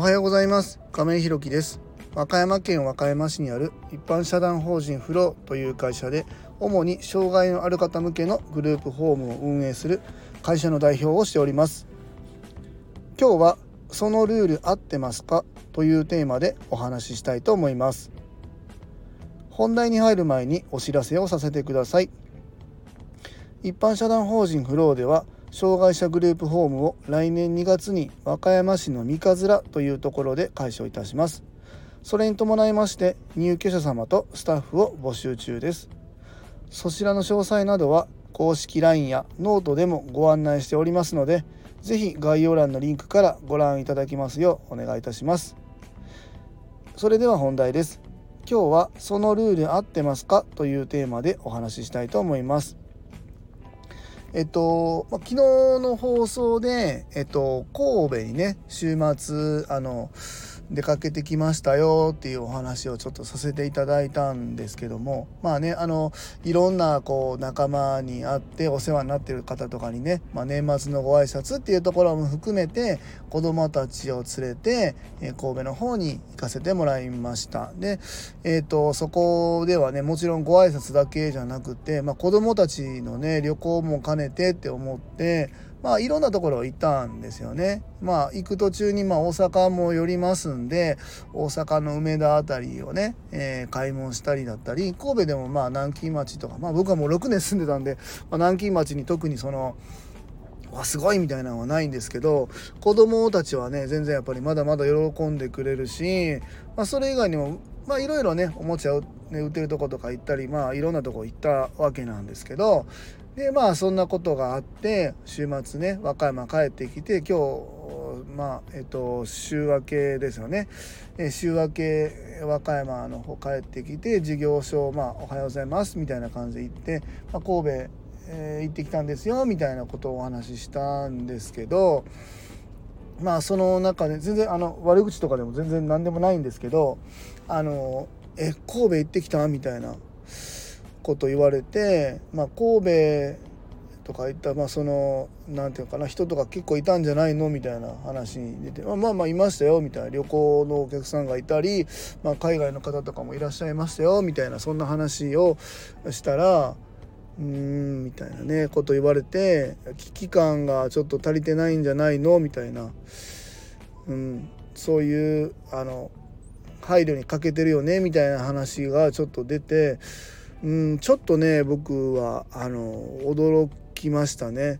おはようございます。亀井ひろきです。和歌山県和歌山市にある一般社団法人フローという会社で、主に障害のある方向けのグループホームを運営する会社の代表をしております。今日はそのルール合ってますかというテーマでお話ししたいと思います。本題に入る前にお知らせをさせてください。一般社団法人フローでは、障害者グループホームを来年2月に和歌山市の三日面というところで開所いたします。それに伴いまして入居者様とスタッフを募集中です。そちらの詳細などは公式 LINE やノートでもご案内しておりますので、ぜひ概要欄のリンクからご覧いただきますようお願いいたします。それでは本題です。今日はそのルール合ってますかというテーマでお話ししたいと思います。昨日の放送で、神戸にね、週末出かけてきましたよっていうお話をちょっとさせていただいたんですけども、いろんな仲間に会ってお世話になっている方とかにね、年末のご挨拶っていうところも含めて子どもたちを連れて、神戸の方に行かせてもらいました。で、そこではね、もちろんご挨拶だけじゃなくて、子どもたちのね旅行も兼ねてって思って、いろんなところ行ったんですよね。行く途中に大阪も寄りますんで、大阪の梅田あたりをね、買い物したりだったり、神戸でも南京町とか、僕はもう6年住んでたんで、南京町に特にすごいみたいなのはないんですけど、子供たちはね全然やっぱりまだまだ喜んでくれるし、それ以外にもいろいろねおもちゃを、売ってるとことか行ったり、いろんなとこ行ったわけなんですけど、でそんなことがあって週末ね和歌山帰ってきて、今日週明けですよね。週明け和歌山の方帰ってきて、事業所おはようございますみたいな感じで行って、神戸行ってきたんですよみたいなことをお話ししたんですけど、その中で全然悪口とかでも全然何でもないんですけど、神戸行ってきたみたいなこと言われて、神戸とか行ったらなんていうかな、人とか結構いたんじゃないのみたいな話に出て、いましたよみたいな、旅行のお客さんがいたり、海外の方とかもいらっしゃいましたよみたいな、そんな話をしたら、みたいなねこと言われて、危機感がちょっと足りてないんじゃないのみたいな、そういう配慮に欠けてるよねみたいな話がちょっと出て、ちょっとね僕は驚きましたね。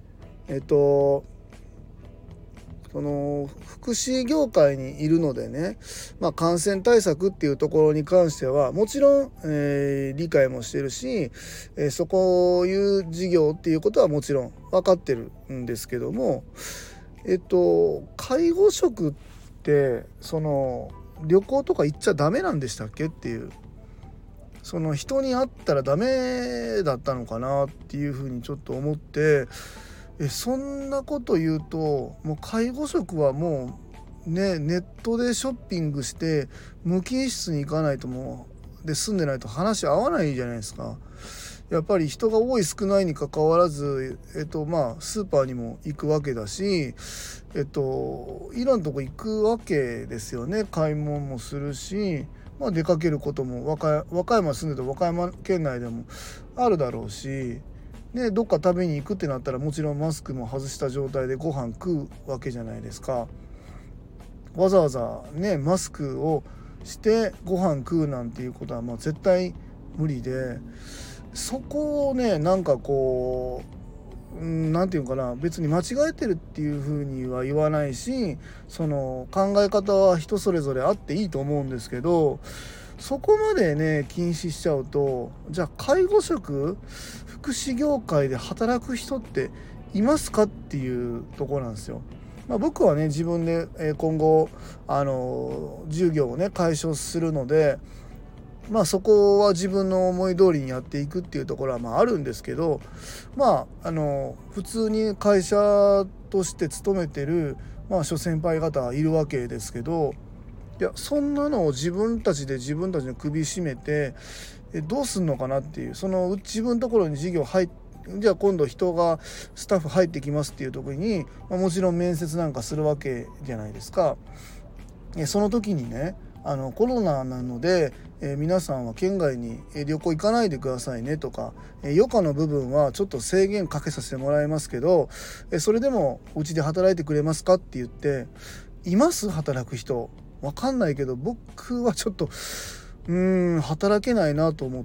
その福祉業界にいるのでね、感染対策っていうところに関してはもちろん、理解もしてるし、そういう事業っていうことはもちろん分かってるんですけども、介護職って旅行とか行っちゃダメなんでしたっけっていう、人に会ったらダメだったのかなっていうふうにちょっと思って、そんなこと言うともう介護職はもうね、ネットでショッピングして無菌室に行かないともうで住んでないと話合わないじゃないですか。やっぱり人が多い少ないにかかわらず、スーパーにも行くわけだし、いろんなとこ行くわけですよね。買い物もするし、出かけることも和歌山住んでて和歌山県内でもあるだろうし、どっか食べに行くってなったらもちろんマスクも外した状態でご飯食うわけじゃないですか。わざわざねマスクをしてご飯食うなんていうことは絶対無理で、そこをねなんていうかな、別に間違えてるっていうふうには言わないし、考え方は人それぞれあっていいと思うんですけど、そこまでね禁止しちゃうと、じゃあ介護職福祉業界で働く人っていますかっていうところなんですよ。僕はね自分で今後従業をね解消するので、そこは自分の思い通りにやっていくっていうところはあるんですけど、普通に会社として勤めてる諸先輩方いるわけですけど、いやそんなのを自分たちで自分たちの首絞めてどうすんのかなっていう、自分のところに事業入ってじゃあ今度スタッフ入ってきますっていう時に、もちろん面接なんかするわけじゃないですか。 その時にねコロナなので、皆さんは県外に旅行行かないでくださいねとか、余暇の部分はちょっと制限かけさせてもらいますけど、それでもうちで働いてくれますかって言って、います働く人わかんないけど、僕はちょっと働けないなと思って、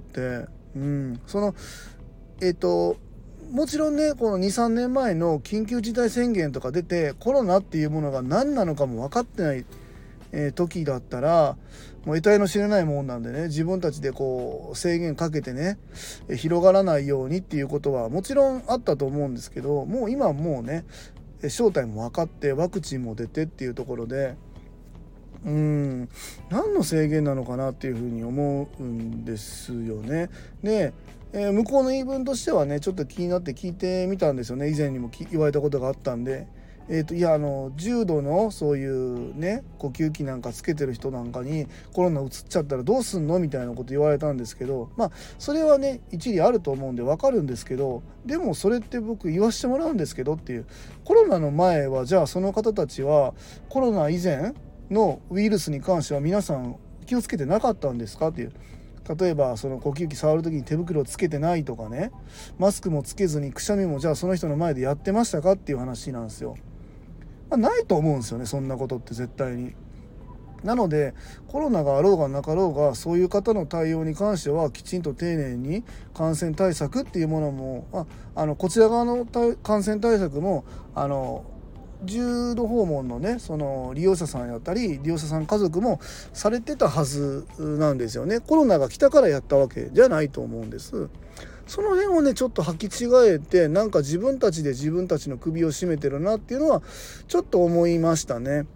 もちろんねこの 2,3 年前の緊急事態宣言とか出てコロナっていうものが何なのかも分かってない時だったらもう得体の知れないもんなんでね、自分たちでこう制限かけてね広がらないようにっていうことはもちろんあったと思うんですけど、もう今はもうね正体も分かってワクチンも出てっていうところで何の制限なのかなっていうふうに思うんですよね。で向こうの言い分としてはねちょっと気になって聞いてみたんですよね。以前にも言われたことがあったんで、いや重度のそういうね呼吸器なんかつけてる人なんかにコロナうつっちゃったらどうすんのみたいなこと言われたんですけど、それはね一理あると思うんでわかるんですけど、でもそれって僕言わしてもらうんですけどっていう、コロナの前はじゃあその方たちはコロナ以前のウイルスに関しては皆さん気をつけてなかったんですかっていう。例えばその呼吸器触る時に手袋をつけてないとかね、マスクもつけずにくしゃみもじゃあその人の前でやってましたかっていう話なんですよ。ないと思うんですよね、そんなことって絶対に。なのでコロナがあろうがなかろうがそういう方の対応に関してはきちんと丁寧に感染対策っていうものもこちら側の感染対策も重度訪問のねその利用者さんやったり利用者さん家族もされてたはずなんですよね。コロナが来たからやったわけじゃないと思うんです。その辺をねちょっと履き違えてなんか自分たちで自分たちの首を絞めてるなっていうのはちょっと思いましたね。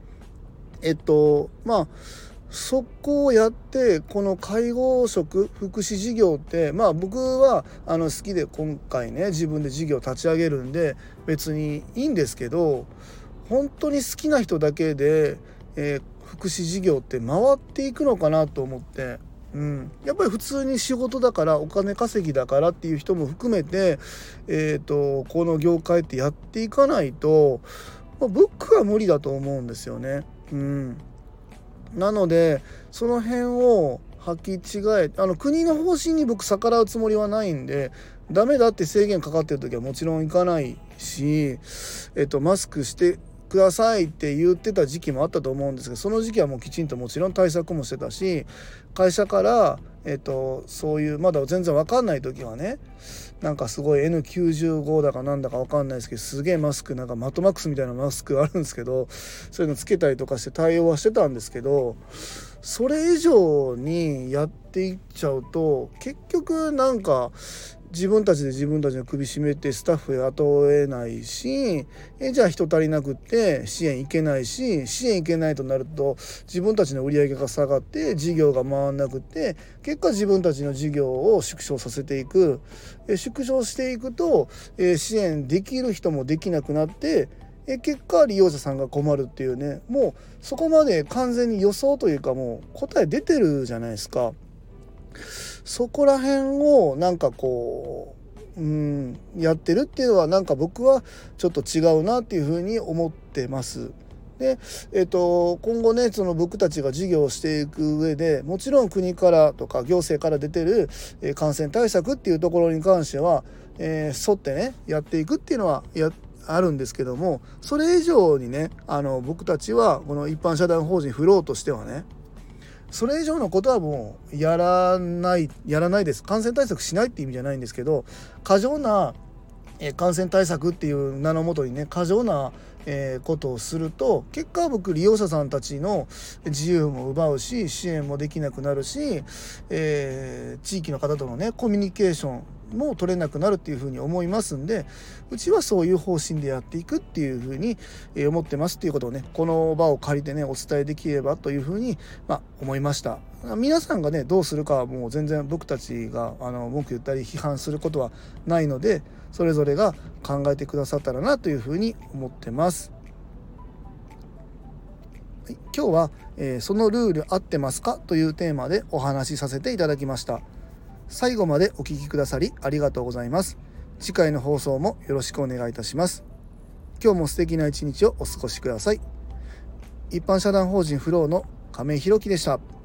そこをやってこの介護職福祉事業って僕は好きで今回ね自分で事業立ち上げるんで別にいいんですけど、本当に好きな人だけで、福祉事業って回っていくのかなと思って、やっぱり普通に仕事だからお金稼ぎだからっていう人も含めて、この業界ってやっていかないと、僕は無理だと思うんですよね。なのでその辺を履き違え国の方針に僕逆らうつもりはないんで、ダメだって制限かかってる時はもちろん行かないし、マスクしてくださいって言ってた時期もあったと思うんですけど、その時期はもうきちんともちろん対策もしてたし、会社から、そういうまだ全然分かんない時はねなんかすごい N95 だかなんだか分かんないですけどすげえマスクなんかマットマックスみたいなマスクあるんですけど、そういうのつけたりとかして対応はしてたんですけど、それ以上にやっていっちゃうと結局なんか自分たちで自分たちの首絞めてスタッフ雇えないし、じゃあ人足りなくって支援いけないし、支援いけないとなると自分たちの売り上げが下がって事業が回んなくって結果自分たちの事業を縮小させていく、縮小していくと支援できる人もできなくなって結果利用者さんが困るっていうね、もうそこまで完全に予想というかもう答え出てるじゃないですか。そこら辺をなんかこうやってるっていうのはなんか僕はちょっと違うなっていうふうに思ってます。で、今後ねその僕たちが事業をしていく上でもちろん国からとか行政から出てる感染対策っていうところに関しては、沿ってねやっていくっていうのはあるんですけども、それ以上にね僕たちはこの一般社団法人フローとしてはねそれ以上のことはもうやらないです。感染対策しないって意味じゃないんですけど、過剰な感染対策っていう名のもとにね過剰なことをすると結果僕利用者さんたちの自由も奪うし支援もできなくなるし、地域の方とのねコミュニケーションも取れなくなるっていうふうに思いますんで、うちはそういう方針でやっていくっていうふうに思ってますっていうことをねこの場を借りてねお伝えできればというふうに思いました。皆さんがねどうするかはもう全然僕たちが文句言ったり批判することはないので、それぞれが考えてくださったらなというふうに思ってます。今日は、そのルール合ってますかというテーマでお話しさせていただきました。最後までお聞きくださりありがとうございます。次回の放送もよろしくお願いいたします。今日も素敵な一日をお過ごしください。 一般社団法人フローの亀井宏樹でした。